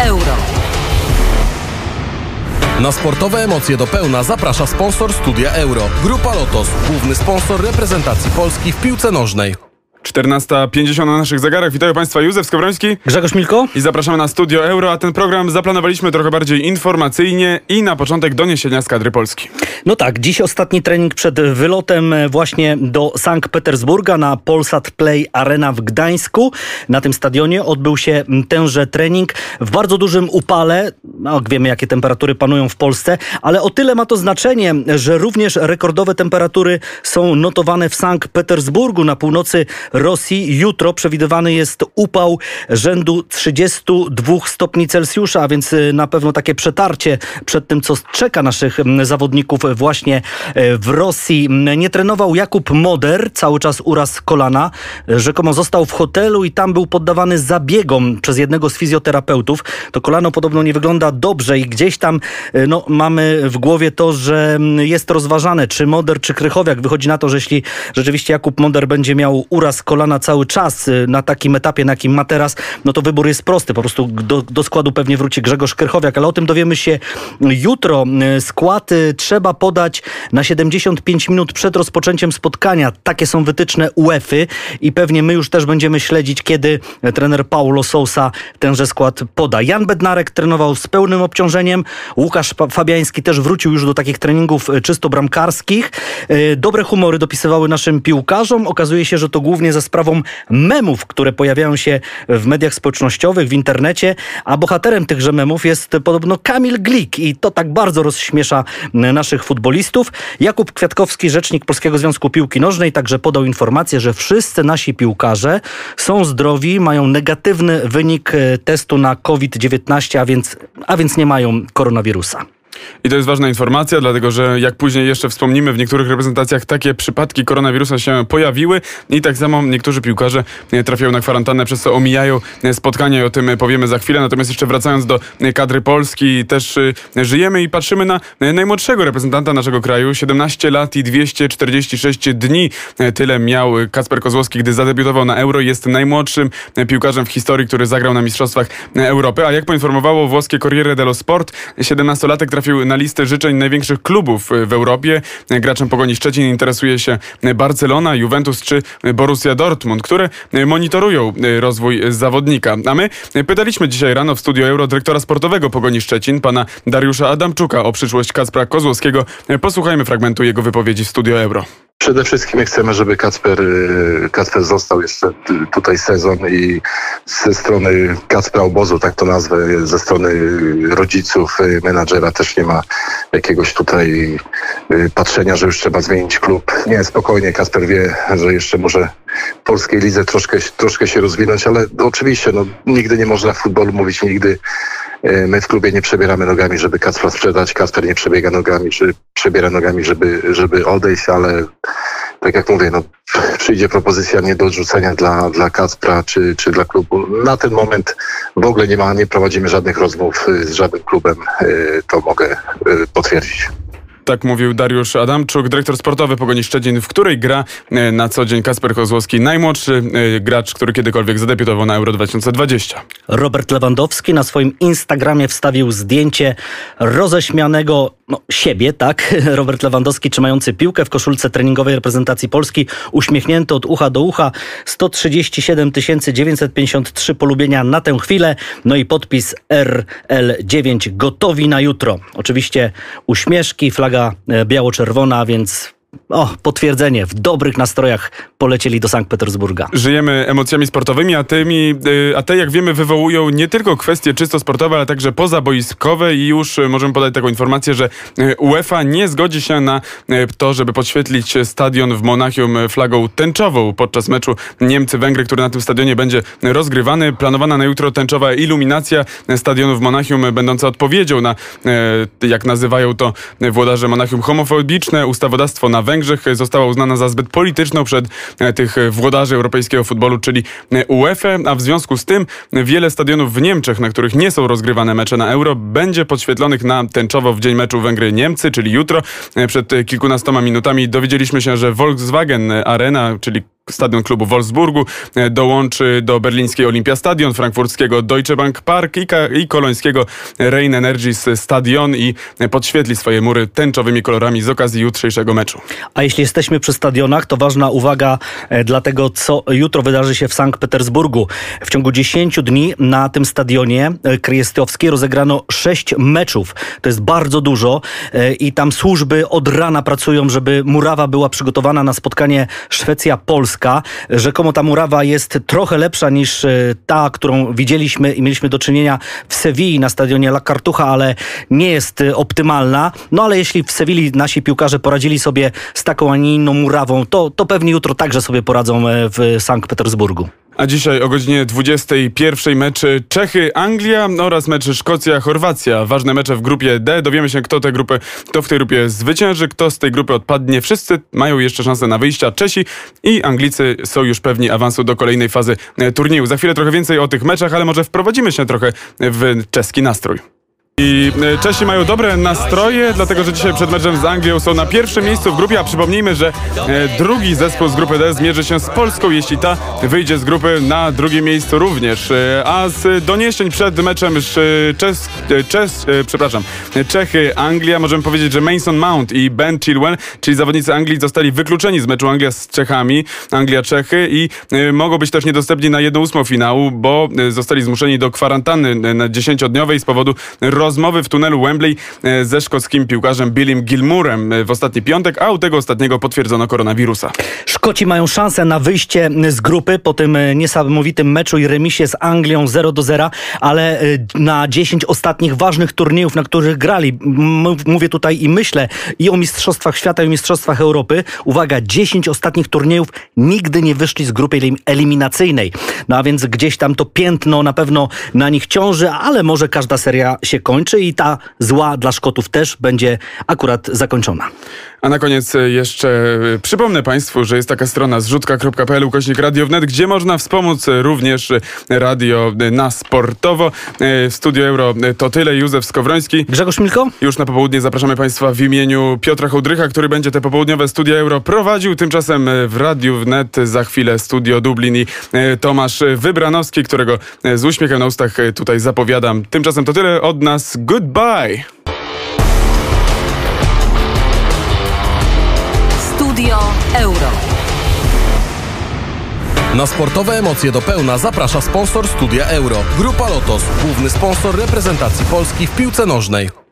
Euro. Na sportowe emocje do pełna zaprasza sponsor Studia Euro. Grupa Lotos, główny sponsor reprezentacji Polski w piłce nożnej. 14:50 na naszych zegarach. Witają Państwa Józef Skowroński, Grzegorz Milko i zapraszamy na Studio Euro, a ten program zaplanowaliśmy trochę bardziej informacyjnie i na początek doniesienia z kadry Polski. No tak, dziś ostatni trening przed wylotem właśnie do Sankt Petersburga na Polsat Play Arena w Gdańsku. Na tym stadionie odbył się tenże trening w bardzo dużym upale. No, wiemy, jakie temperatury panują w Polsce, ale o tyle ma to znaczenie, że również rekordowe temperatury są notowane w Sankt Petersburgu na północy Rosji. Jutro przewidywany jest upał rzędu 32 stopni Celsjusza, a więc na pewno takie przetarcie przed tym, co czeka naszych zawodników właśnie w Rosji. Nie trenował Jakub Moder, cały czas uraz kolana. Rzekomo został w hotelu i tam był poddawany zabiegom przez jednego z fizjoterapeutów. To kolano podobno nie wygląda dobrze i gdzieś tam mamy w głowie to, że jest rozważane, czy Moder, czy Krychowiak. Wychodzi na to, że jeśli rzeczywiście Jakub Moder będzie miał uraz kolana cały czas na takim etapie, na jakim ma teraz, no to wybór jest prosty. Po prostu do składu pewnie wróci Grzegorz Krychowiak, ale o tym dowiemy się jutro. Skład trzeba podać na 75 minut przed rozpoczęciem spotkania. Takie są wytyczne UEFA i pewnie my już też będziemy śledzić, kiedy trener Paulo Sousa tenże skład poda. Jan Bednarek trenował z pełnym obciążeniem. Łukasz Fabiański też wrócił już do takich treningów czysto bramkarskich. Dobre humory dopisywały naszym piłkarzom. Okazuje się, że to głównie za sprawą memów, które pojawiają się w mediach społecznościowych, w internecie, a bohaterem tychże memów jest podobno Kamil Glik i to tak bardzo rozśmiesza naszych futbolistów. Jakub Kwiatkowski, rzecznik Polskiego Związku Piłki Nożnej, także podał informację, że wszyscy nasi piłkarze są zdrowi, mają negatywny wynik testu na COVID-19, a więc nie mają koronawirusa. I to jest ważna informacja, dlatego że jak później jeszcze wspomnimy, w niektórych reprezentacjach takie przypadki koronawirusa się pojawiły i tak samo niektórzy piłkarze trafiają na kwarantannę, przez co omijają spotkania i o tym powiemy za chwilę. Natomiast jeszcze wracając do kadry Polski, też żyjemy i patrzymy na najmłodszego reprezentanta naszego kraju. 17 lat i 246 dni. Tyle miał Kacper Kozłowski, gdy zadebiutował na Euro. Jest najmłodszym piłkarzem w historii, który zagrał na Mistrzostwach Europy. A jak poinformowało włoskie Corriere dello Sport, 17-latek trafił na listę życzeń największych klubów w Europie. Graczem Pogoni Szczecin interesuje się Barcelona, Juventus czy Borussia Dortmund, które monitorują rozwój zawodnika. A my pytaliśmy dzisiaj rano w Studio Euro dyrektora sportowego Pogoni Szczecin, pana Dariusza Adamczuka, o przyszłość Kacpra Kozłowskiego. Posłuchajmy fragmentu jego wypowiedzi w Studio Euro. Przede wszystkim chcemy, żeby Kacper został jeszcze tutaj sezon i ze strony Kacpra obozu, tak to nazwę, ze strony rodziców, menadżera też nie ma jakiegoś tutaj patrzenia, że już trzeba zmienić klub. Nie, spokojnie, Kacper wie, że jeszcze może w polskiej lidze troszkę się rozwinąć, ale oczywiście nigdy nie można w futbolu mówić nigdy. My w klubie nie przebieramy nogami, żeby Kacpra sprzedać. Kacper nie przebiega nogami, czy przebiera nogami, żeby odejść, ale tak jak mówię, przyjdzie propozycja nie do odrzucenia dla Kacpra czy dla klubu. Na ten moment w ogóle nie prowadzimy żadnych rozmów z żadnym klubem. To mogę potwierdzić. Tak mówił Dariusz Adamczuk, dyrektor sportowy Pogoni Szczecin, w której gra na co dzień Kacper Kozłowski, najmłodszy gracz, który kiedykolwiek zadebiutował na Euro 2020. Robert Lewandowski na swoim Instagramie wstawił zdjęcie roześmianego siebie, tak? Robert Lewandowski trzymający piłkę w koszulce treningowej reprezentacji Polski, uśmiechnięty od ucha do ucha. 137 953 polubienia na tę chwilę. No i podpis RL9 gotowi na jutro. Oczywiście uśmieszki, flaga biało-czerwona, więc potwierdzenie. W dobrych nastrojach polecieli do Sankt Petersburga. Żyjemy emocjami sportowymi, a te, jak wiemy, wywołują nie tylko kwestie czysto sportowe, ale także pozaboiskowe i już możemy podać taką informację, że UEFA nie zgodzi się na to, żeby podświetlić stadion w Monachium flagą tęczową podczas meczu Niemcy-Węgry, który na tym stadionie będzie rozgrywany. Planowana na jutro tęczowa iluminacja stadionu w Monachium, będąca odpowiedzią na, jak nazywają to włodarze Monachium, homofobiczne ustawodawstwo na Węgrzech, została uznana za zbyt polityczną przez tych włodarzy europejskiego futbolu, czyli UEFA, a w związku z tym wiele stadionów w Niemczech, na których nie są rozgrywane mecze na Euro, będzie podświetlonych na tęczowo w dzień meczu Węgry-Niemcy, czyli jutro. Przed kilkunastoma minutami dowiedzieliśmy się, że Volkswagen Arena, czyli stadion klubu Wolfsburgu, dołączy do berlińskiej Olympiastadion, frankfurckiego Deutsche Bank Park i kolońskiego Rhein Energies Stadion i podświetli swoje mury tęczowymi kolorami z okazji jutrzejszego meczu. A jeśli jesteśmy przy stadionach, to ważna uwaga dla tego, co jutro wydarzy się w Sankt Petersburgu. W ciągu 10 dni na tym stadionie Kryjestowskiej rozegrano 6 meczów. To jest bardzo dużo i tam służby od rana pracują, żeby murawa była przygotowana na spotkanie Szwecja-Polska. Rzekomo ta murawa jest trochę lepsza niż ta, którą widzieliśmy i mieliśmy do czynienia w Sewilli na stadionie La Cartuja, ale nie jest optymalna. No ale jeśli w Sewilli nasi piłkarze poradzili sobie z taką, a nie inną murawą, to pewnie jutro także sobie poradzą w Sankt Petersburgu. A dzisiaj o godzinie 21 mecze Czechy-Anglia oraz mecze Szkocja-Chorwacja. Ważne mecze w grupie D. Dowiemy się, kto w tej grupie zwycięży, kto z tej grupy odpadnie. Wszyscy mają jeszcze szansę na wyjścia. Czesi i Anglicy są już pewni awansu do kolejnej fazy turnieju. Za chwilę trochę więcej o tych meczach, ale może wprowadzimy się trochę w czeski nastrój. I Czesi mają dobre nastroje, dlatego że dzisiaj przed meczem z Anglią są na pierwszym miejscu w grupie, a przypomnijmy, że drugi zespół z grupy D zmierzy się z Polską, jeśli ta wyjdzie z grupy na drugim miejscu również. A z doniesień przed meczem Czechy-Anglia możemy powiedzieć, że Mason Mount i Ben Chilwell, czyli zawodnicy Anglii, zostali wykluczeni z meczu Anglia z Czechami, Anglia-Czechy i mogą być też niedostępni na 1/8 finału, bo zostali zmuszeni do kwarantanny 10-dniowej z powodu rozmowy w tunelu Wembley ze szkockim piłkarzem Billym Gilmourem w ostatni piątek, a u tego ostatniego potwierdzono koronawirusa. Szkoci mają szansę na wyjście z grupy po tym niesamowitym meczu i remisie z Anglią 0-0, ale na 10 ostatnich ważnych turniejów, na których grali, mówię tutaj i myślę i o Mistrzostwach Świata i o Mistrzostwach Europy, uwaga, 10 ostatnich turniejów nigdy nie wyszli z grupy eliminacyjnej. No a więc gdzieś tam to piętno na pewno na nich ciąży, ale może każda seria się kończy i ta zła dla Szkotów też będzie akurat zakończona. A na koniec jeszcze przypomnę Państwu, że jest taka strona zrzutka.pl/Radio Wnet, gdzie można wspomóc również radio na sportowo. W Studio Euro to tyle. Józef Skowroński. Grzegorz Milko. Już na popołudnie zapraszamy Państwa w imieniu Piotra Hołdrycha, który będzie te popołudniowe Studia Euro prowadził. Tymczasem w Radiu Wnet za chwilę Studio Dublin i Tomasz Wybranowski, którego z uśmiechem na ustach tutaj zapowiadam. Tymczasem to tyle od nas. Goodbye! Studio Euro. Na sportowe emocje do pełna zaprasza sponsor Studia Euro. Grupa Lotos, główny sponsor reprezentacji Polski w piłce nożnej.